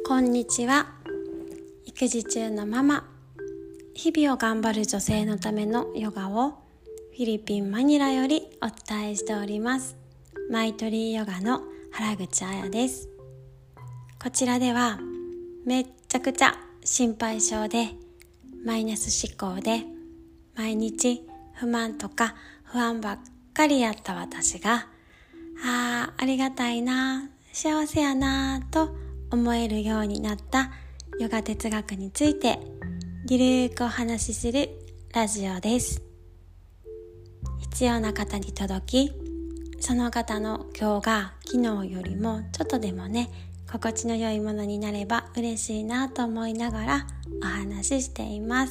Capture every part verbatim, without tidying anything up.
こんにちは。育児中のママ、日々を頑張る女性のためのヨガをフィリピン・マニラよりお伝えしております。マイトリーヨガの原口彩です。こちらではめっちゃくちゃ心配性でマイナス思考で毎日不満とか不安ばっかりやった私があーありがたいな、幸せやなと思えるようになったヨガ哲学についてゆるーくお話しするラジオです。必要な方に届き、その方の今日が昨日よりもちょっとでもね心地の良いものになれば嬉しいなと思いながらお話ししています。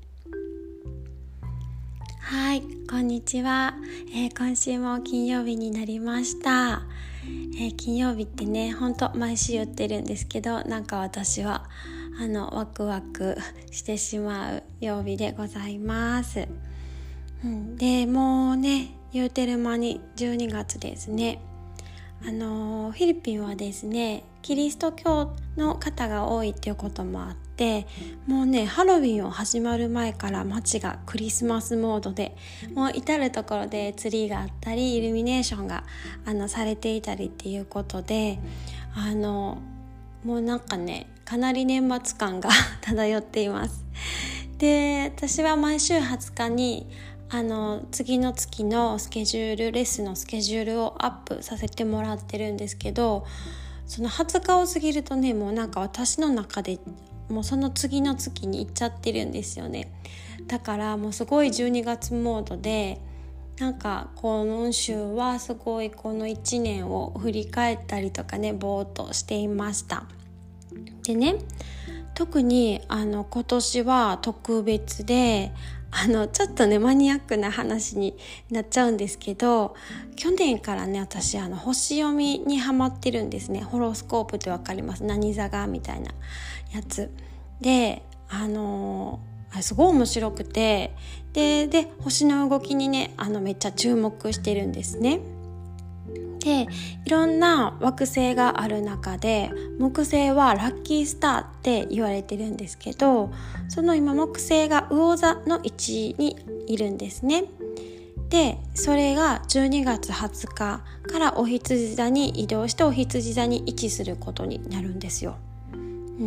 はい、こんにちは、えー、今週も金曜日になりました。えー、金曜日ってね、ほんと毎週言ってるんですけど、なんか私はあのワクワクしてしまう曜日でございます。うん、でもうね、言うてる間にじゅうにがつですね。あのー、フィリピンはですね、キリスト教の方が多いっていうこともあって、もうねハロウィンを始まる前から街がクリスマスモードで、もう至るところでツリーがあったりイルミネーションがあのされていたりっていうことで、あのもうなんかねかなり年末感が漂っています。で、私は毎週はつかにあの次の月のスケジュールレッスンのスケジュールをアップさせてもらってるんですけど、そのはつかを過ぎるとね、もうなんか私の中でもうその次の月に行っちゃってるんですよね。だからもうすごいじゅうにがつモードで、なんか今週はすごいこのいちねんを振り返ったりとかね、ぼーっとしていました。でね、特にあの今年は特別で、あのちょっとねマニアックな話になっちゃうんですけど、去年からね私あの星読みにハマってるんですね。ホロスコープってわかります？何座がみたいなやつで、あのー、すごい面白くて、でで星の動きにねあのめっちゃ注目してるんですね。で、いろんな惑星がある中で木星はラッキースターって言われてるんですけど、その今木星が魚座の位置にいるんですね。で、それがじゅうにがつはつかからお羊座に移動してお羊座に位置することになるんですよ。うん、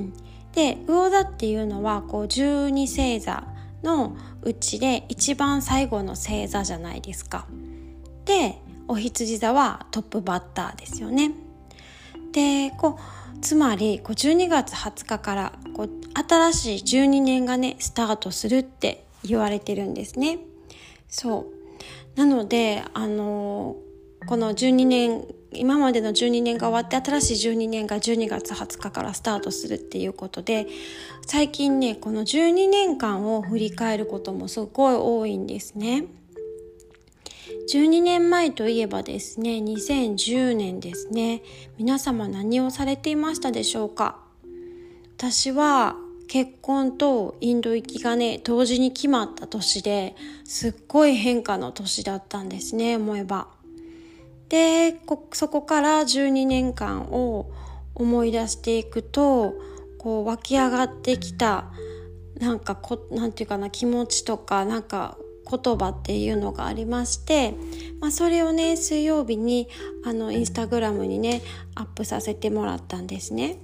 で、魚座っていうのはこうじゅうに星座のうちで一番最後の星座じゃないですか。で、お羊座はトップバッターですよね。で、こうつまりこうじゅうにがつはつかからこう新しいじゅうにねんがねスタートするって言われてるんですね。そうなので、あのー、このじゅうにねん、今までのじゅうにねんが終わって新しいじゅうにねんがじゅうにがつはつかからスタートするっていうことで、最近ねこのじゅうにねんかんを振り返ることもすごい多いんですね。じゅうにねんまえといえばですね、にせんじゅうねんですね。皆様何をされていましたでしょうか？私は結婚とインド行きがね同時に決まった年で、すっごい変化の年だったんですね、思えば。で、こそこからじゅうにねんかんを思い出していくと、こう湧き上がってきたなんかこなんていうかな、気持ちとかなんか言葉っていうのがありまして、まあ、それをね水曜日にあのインスタグラムにねアップさせてもらったんですね。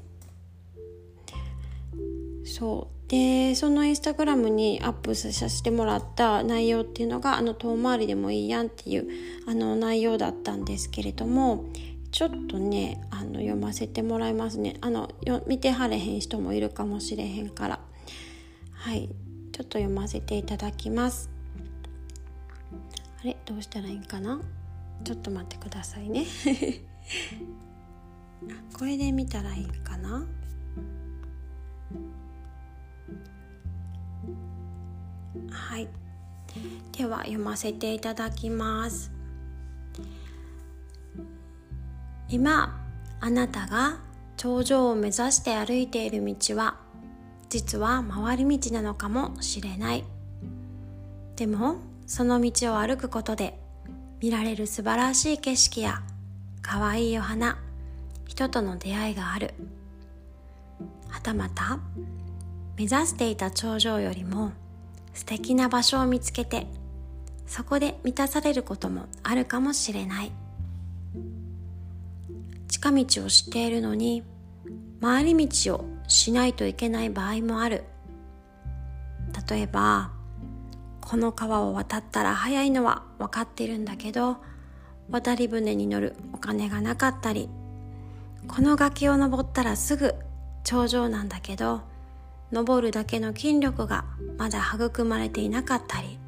そうで、そのインスタグラムにアップさせてもらった内容っていうのが、あの遠回りでもいいやんっていうあの内容だったんですけれども、ちょっとねあの読ませてもらいますね。あのよ見てはれへん人もいるかもしれへんから、はい、ちょっと読ませていただきます。あれ、どうしたらいいかな、ちょっと待ってくださいねこれで見たらいいかな。はい、では読ませていただきます。今あなたが頂上を目指して歩いている道は実は回り道なのかもしれない。でもその道を歩くことで見られる素晴らしい景色や可愛いお花、人との出会いがある。 たまた目指していた頂上よりも素敵な場所を見つけて、そこで満たされることもあるかもしれない。近道を知っているのに回り道をしないといけない場合もある。例えば、この川を渡ったら早いのは分かっているんだけど、渡り船に乗るお金がなかったり、この崖を登ったらすぐ頂上なんだけど、登るだけの筋力がまだ育まれていなかったり、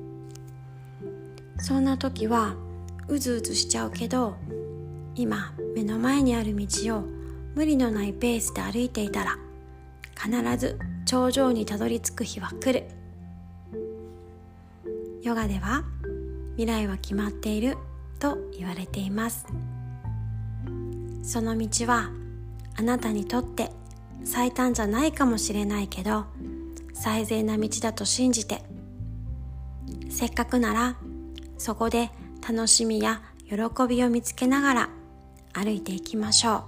そんな時はうずうずしちゃうけど、今目の前にある道を無理のないペースで歩いていたら、必ず頂上にたどり着く日は来る。ヨガでは未来は決まっていると言われています。その道はあなたにとって最短じゃないかもしれないけど、最善な道だと信じて、せっかくならそこで楽しみや喜びを見つけながら歩いていきましょ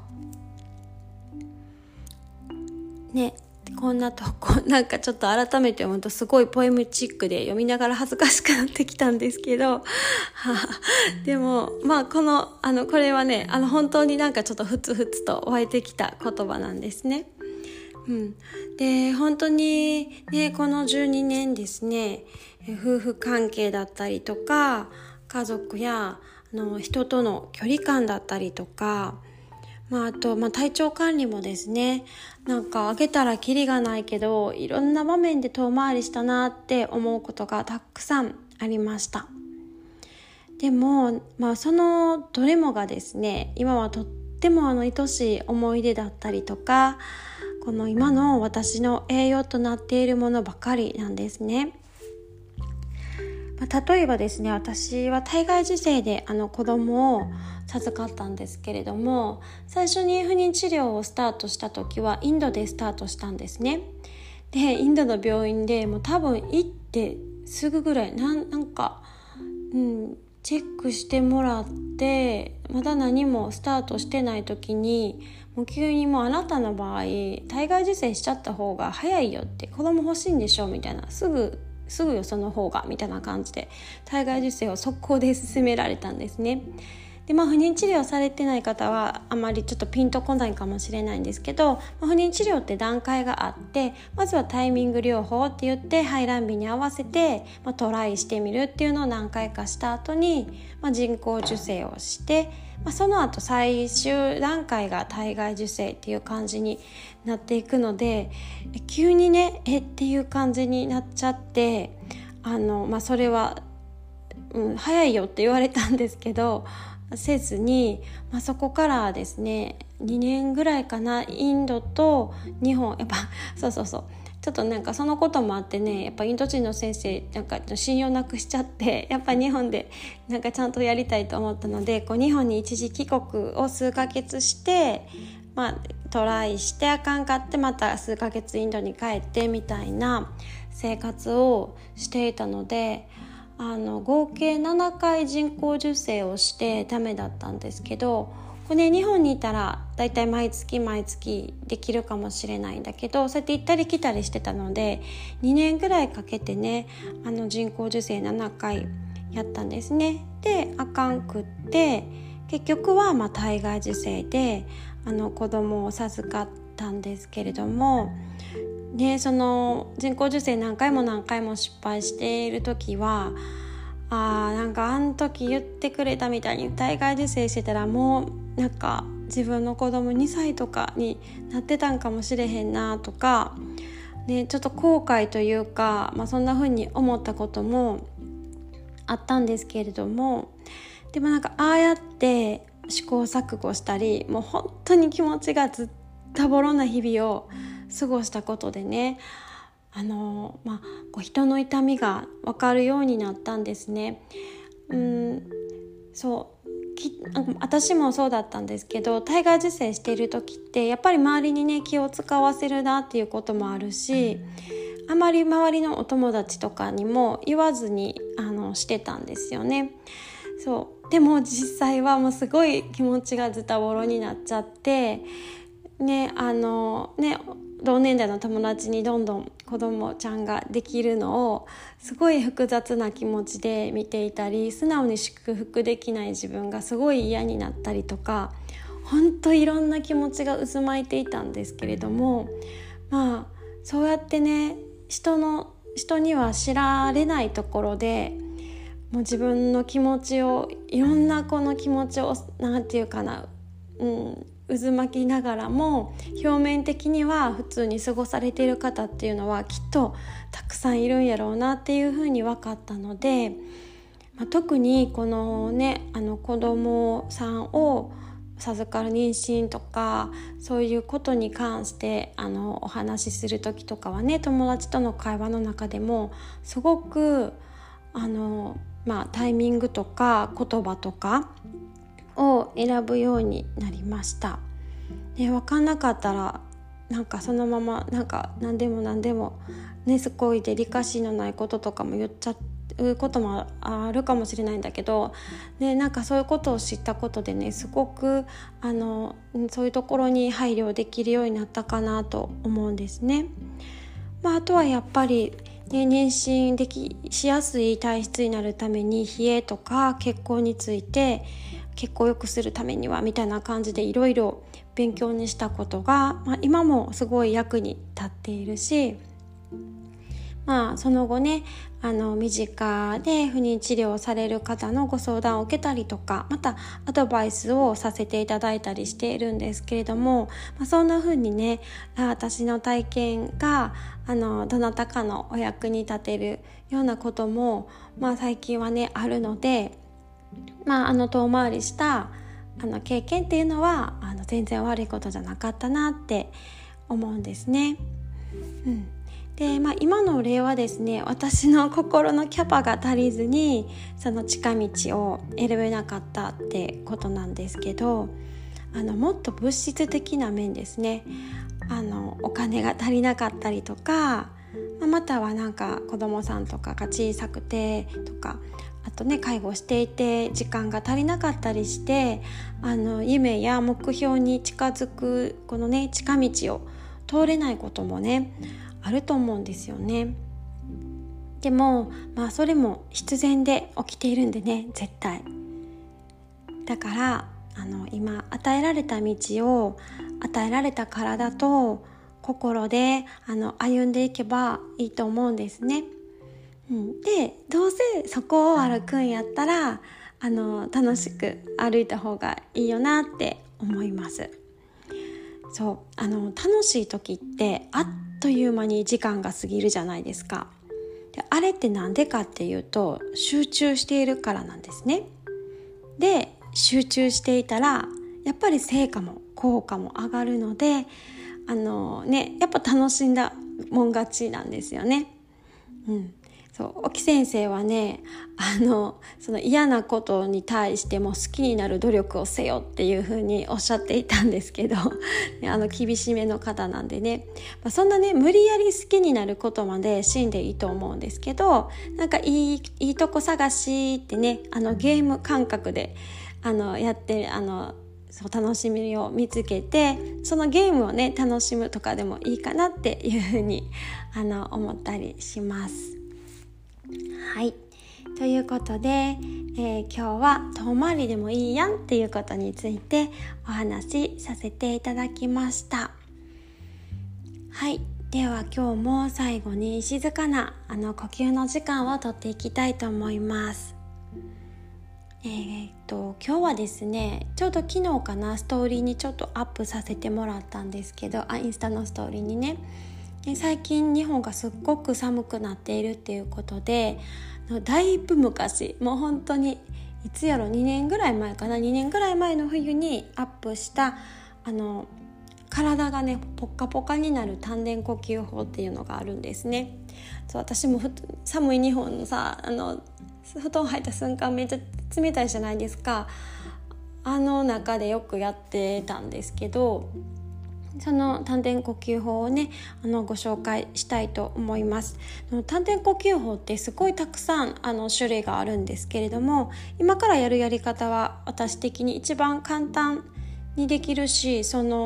うね。こんなとこなんかちょっと改めて思うとすごいポエムチックで読みながら恥ずかしくなってきたんですけどでもまあこのあのこれはね、あの本当になんかちょっとふつふつと湧いてきた言葉なんですね。うん、で本当にね、このじゅうにねんですね、夫婦関係だったりとか、家族やあの人との距離感だったりとか、まあ、あと、まあ、体調管理もですね、なんかあげたらキリがないけど、いろんな場面で遠回りしたなって思うことがたくさんありました。でも、まあ、そのどれもがですね、今はとってもあの愛しい思い出だったりとか、この今の私の栄養となっているものばかりなんですね。まあ、例えばですね、私は体外受精であの子供を授かったんですけれども、最初に不妊治療をスタートした時はインドでスタートしたんですね。でインドの病院でもう多分行ってすぐぐらいなんなんか、うん、チェックしてもらって、まだ何もスタートしてない時にもう急にもうあなたの場合体外受精しちゃった方が早いよって、子供欲しいんでしょみたいな、すぐすぐよその方がみたいな感じで体外受精を速攻で勧められたんですね。で、まあ、不妊治療されてない方はあまりちょっとピンとこないかもしれないんですけど、まあ、不妊治療って段階があって、まずはタイミング療法って言って排卵日に合わせて、まあ、トライしてみるっていうのを何回かした後に、まあ、人工授精をして、まあ、その後最終段階が体外受精っていう感じになっていくので、急にねえっていう感じになっちゃって、あの、まあ、それは、うん、早いよって言われたんですけどせずに、まあ、そこからですねにねんぐらいかな、インドと日本、やっぱそうそうそうちょっとなんかそのこともあってね、やっぱインド人の先生なんか信用なくしちゃって、やっぱ日本でなんかちゃんとやりたいと思ったので、こう日本に一時帰国を数ヶ月して、まあ、トライしてあかんかってまた数ヶ月インドに帰ってみたいな生活をしていたので、あの合計ななかい人工授精をしてダメだったんですけど、これ、ね、日本にいたらだいたい毎月毎月できるかもしれないんだけど、そうやって行ったり来たりしてたのでにねんぐらいかけてね、あの人工授精ななかいやったんですね。であかんくって結局はまあ体外受精であの子供を授かったんですけれども、ね、その人工授精何回も何回も失敗している時は、あーなんかあの時言ってくれたみたいに体外受精してたらもうなんか自分の子供にさいとかになってたんかもしれへんなとか、ね、ちょっと後悔というか、まあ、そんな風に思ったこともあったんですけれども、でもなんかああやって試行錯誤したり、もう本当に気持ちがずったぼろな日々を過ごしたことでね、あの、まあ、こう人の痛みが分かるようになったんですね。うんそうき私もそうだったんですけど、体外受精している時ってやっぱり周りにね気を使わせるなっていうこともあるし、あまり周りのお友達とかにも言わずにあのしてたんですよね。そうでも実際はもうすごい気持ちがズタボロになっちゃってね、あのね同年代の友達にどんどん子供ちゃんができるのをすごい複雑な気持ちで見ていたり、素直に祝福できない自分がすごい嫌になったりとか、本当いろんな気持ちが渦巻いていたんですけれども、まあそうやってね、人の人には知られないところでもう自分の気持ちを、いろんなこの気持ちをなんていうかな、うん、渦巻きながらも表面的には普通に過ごされている方っていうのはきっとたくさんいるんやろうなっていうふうに分かったので、まあ、特にこのね、あの子供さんを授かる妊娠とかそういうことに関してあのお話しする時とかはね、友達との会話の中でもすごくあの、まあ、タイミングとか言葉とかを選ぶようになりました。で、分かんなかったらなんかそのままなんか何でも何でもね、すごいデリカシーのないこととかも言っちゃうこともあるかもしれないんだけど、ね、なんかそういうことを知ったことでね、すごくあのそういうところに配慮できるようになったかなと思うんですね。まあ、あとはやっぱりね、妊娠できしやすい体質になるために冷えとか血行について、血行を良くするためにはみたいな感じでいろいろ勉強にしたことが、まあ、今もすごい役に立っているし、まあ、その後ね、あの身近で不妊治療をされる方のご相談を受けたりとか、またアドバイスをさせていただいたりしているんですけれども、まあ、そんな風にね、私の体験があのどなたかのお役に立てるようなことも、まあ、最近はねあるので、まあ、あの遠回りしたあの経験っていうのはあの全然悪いことじゃなかったなって思うんですね。うんでまあ、今の例はですね、私の心のキャパが足りずにその近道を選べなかったってことなんですけど、あのもっと物質的な面ですね、あのお金が足りなかったりとか、またはなんか子供さんとかが小さくてとか、あとね介護していて時間が足りなかったりして、あの夢や目標に近づくこのね近道を通れないこともねあると思うんですよね。でもまあそれも必然で起きているんでね、絶対だからあの今与えられた道を与えられた体と心であの歩んでいけばいいと思うんですね。うん、でどうせそこを歩くんやったらあの楽しく歩いた方がいいよなって思います。そうあの楽しい時ってあっという間に時間が過ぎるじゃないですか。であれってなんでかっていうと、集中しているからなんですね。で集中していたらやっぱり成果も効果も上がるので、あのねやっぱ楽しんだもん勝ちなんですよね。うん、そう沖先生はね、あのその嫌なことに対しても好きになる努力をせよっていう風におっしゃっていたんですけどあの厳しめの方なんでね、まあ、そんなね無理やり好きになることまでしんでいいと思うんですけど、なんかいい、いいとこ探しってね、あのゲーム感覚であのやってあのそう楽しみを見つけて、そのゲームをね楽しむとかでもいいかなっていうふうにあの思ったりします。はい、ということで、えー、今日は遠回りでもいいやんっていうことについてお話しさせていただきました。はい、では今日も最後に静かなあの呼吸の時間をとっていきたいと思います。えー、っと今日はですね、ちょうど昨日かなストーリーにちょっとアップさせてもらったんですけど、あインスタのストーリーにね、で最近日本がすっごく寒くなっているっていうことで、だいぶ昔、もう本当にいつやろにねんぐらい前かなにねんぐらい前の冬にアップしたあの体がねポッカポカになる丹田呼吸法っていうのがあるんですね。そう私もふ寒い日本のさあの布団入った瞬間めっちゃ冷たいじゃないですか。あの中でよくやってたんですけど、その丹田呼吸法をねあのご紹介したいと思います。丹田呼吸法ってすごいたくさんあの種類があるんですけれども、今からやるやり方は私的に一番簡単にできるし、その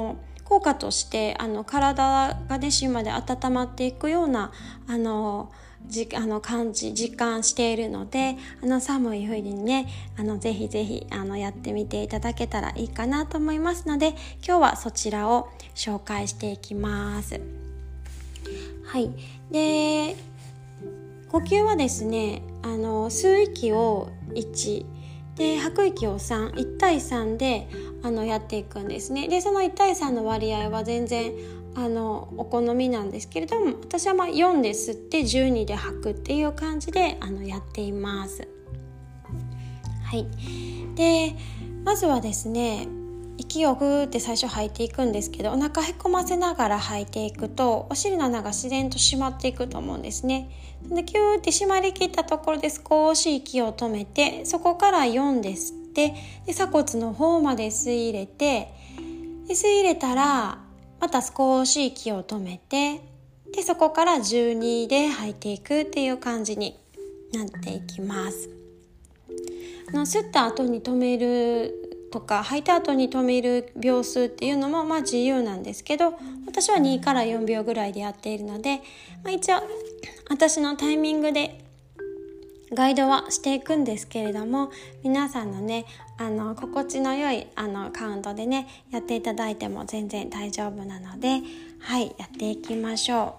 効果としてあの体がね芯まで温まっていくようなあのじあの感じ実感しているので、あの寒い冬にねあのぜひぜひあのやってみていただけたらいいかなと思いますので、今日はそちらを紹介していきます。はい、で呼吸はですね、あの吸う息をいちで吐く息をさん、いち対さんであのやっていくんですね。でそのいち対さんの割合は全然あのお好みなんですけれども、私はまあよんで吸ってじゅうにで吐くっていう感じであのやっています。はい、でまずはですね、息をグーって最初吐いていくんですけど、お腹へこませながら吐いていくとお尻の穴が自然と締まっていくと思うんですね。でキューって締まりきったところで少し息を止めて、そこからよんで吸って、で鎖骨の方まで吸い入れて、で吸い入れたらまた少し息を止めて、でそこからじゅうにで吐いていくっていう感じになっていきます。あの吸った後に止めるとか吐いた後に止める秒数っていうのもまあ自由なんですけど、私はにからよんびょうぐらいでやっているので、まあ、一応私のタイミングでガイドはしていくんですけれども、皆さんのねあの心地の良いあのカウントでねやっていただいても全然大丈夫なので、はいやっていきましょ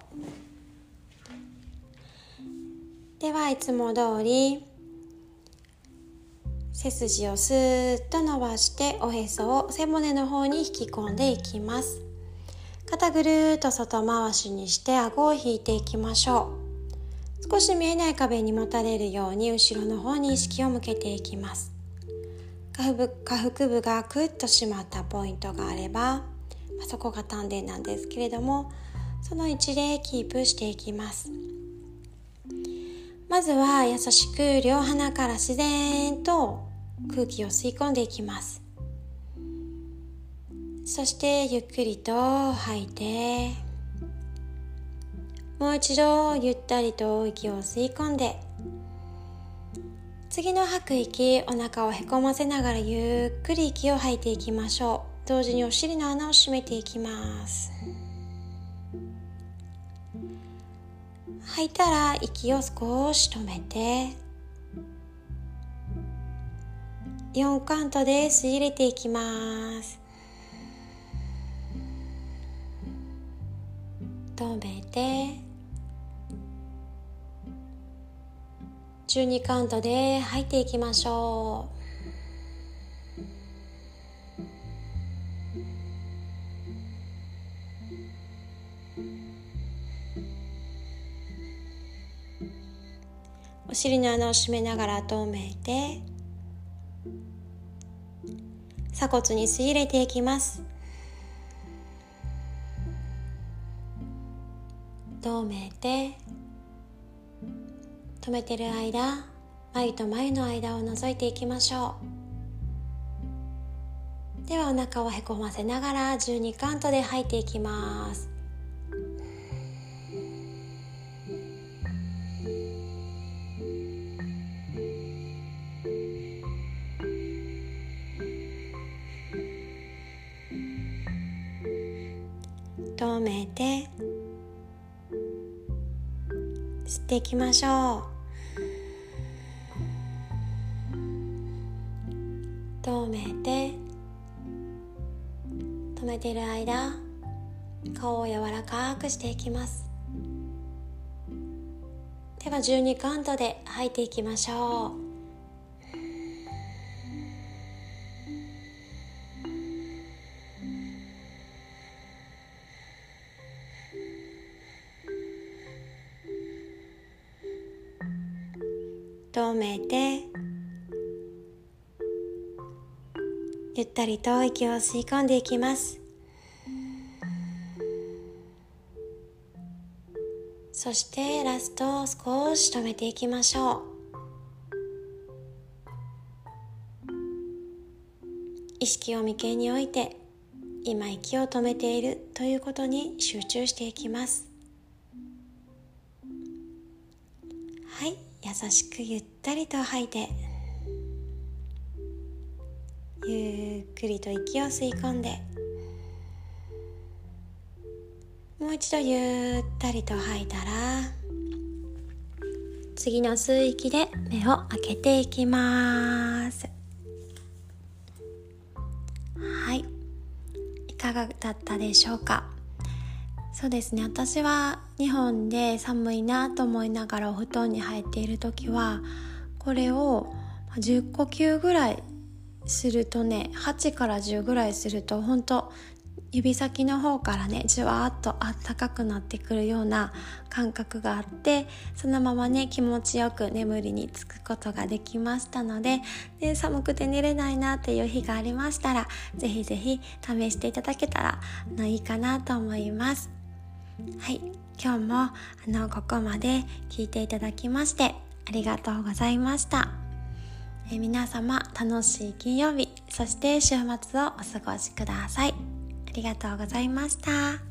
う。ではいつも通り背筋をスーッと伸ばしておへそを背骨の方に引き込んでいきます。肩ぐるーっと外回しにして顎を引いていきましょう。少し見えない壁にもたれるように後ろの方に意識を向けていきます。下腹部、下腹部がクッと締まったポイントがあれば、まあ、そこが丹田なんですけれども、その位置でキープしていきます。まずは優しく両鼻から自然と空気を吸い込んでいきます。そしてゆっくりと吐いて、もう一度ゆったりと息を吸い込んで、次の吐く息、お腹をへこませながらゆっくり息を吐いていきましょう。同時にお尻の穴を閉めていきます。吐いたら息を少し止めて、よんカウントで吸い入れていきます。止めてじゅうにカウントで吐いていきましょう。お尻の穴を閉めながら止めて、鎖骨に吸い入れていきます。止めて、止めてる間、眉と眉の間を覗いていきましょう。ではお腹をへこませながらじゅうにカウントで吐いていきます。止めて吸っていきましょう。止めて、止めている間、顔を柔らかくしていきます。ではじゅうにカウントで吐いていきましょう。止めて、ゆったりと息を吸い込んでいきます。そしてラスト少し止めていきましょう。意識を眉間に置いて、今息を止めているということに集中していきます。はい、優しくゆったりと吐いて、ゆっくりと息を吸い込んで、 もう一度ゆったりと吐いたら、次の吸う息で目を開けていきます。はい、いかがだったでしょうか。そうですね、私は日本で寒いなと思いながらお布団に入っている時は、これをじゅっこきゅうぐらいするとね、はちからじゅうぐらいすると本当指先の方からね、じわーっとあったかくなってくるような感覚があって、そのままね気持ちよく眠りにつくことができましたので、で寒くて寝れないなっていう日がありましたら、ぜひぜひ試していただけたらのいいかなと思います。はい、今日もあのここまで聞いていただきましてありがとうございました。え皆様楽しい金曜日、そして週末をお過ごしください。ありがとうございました。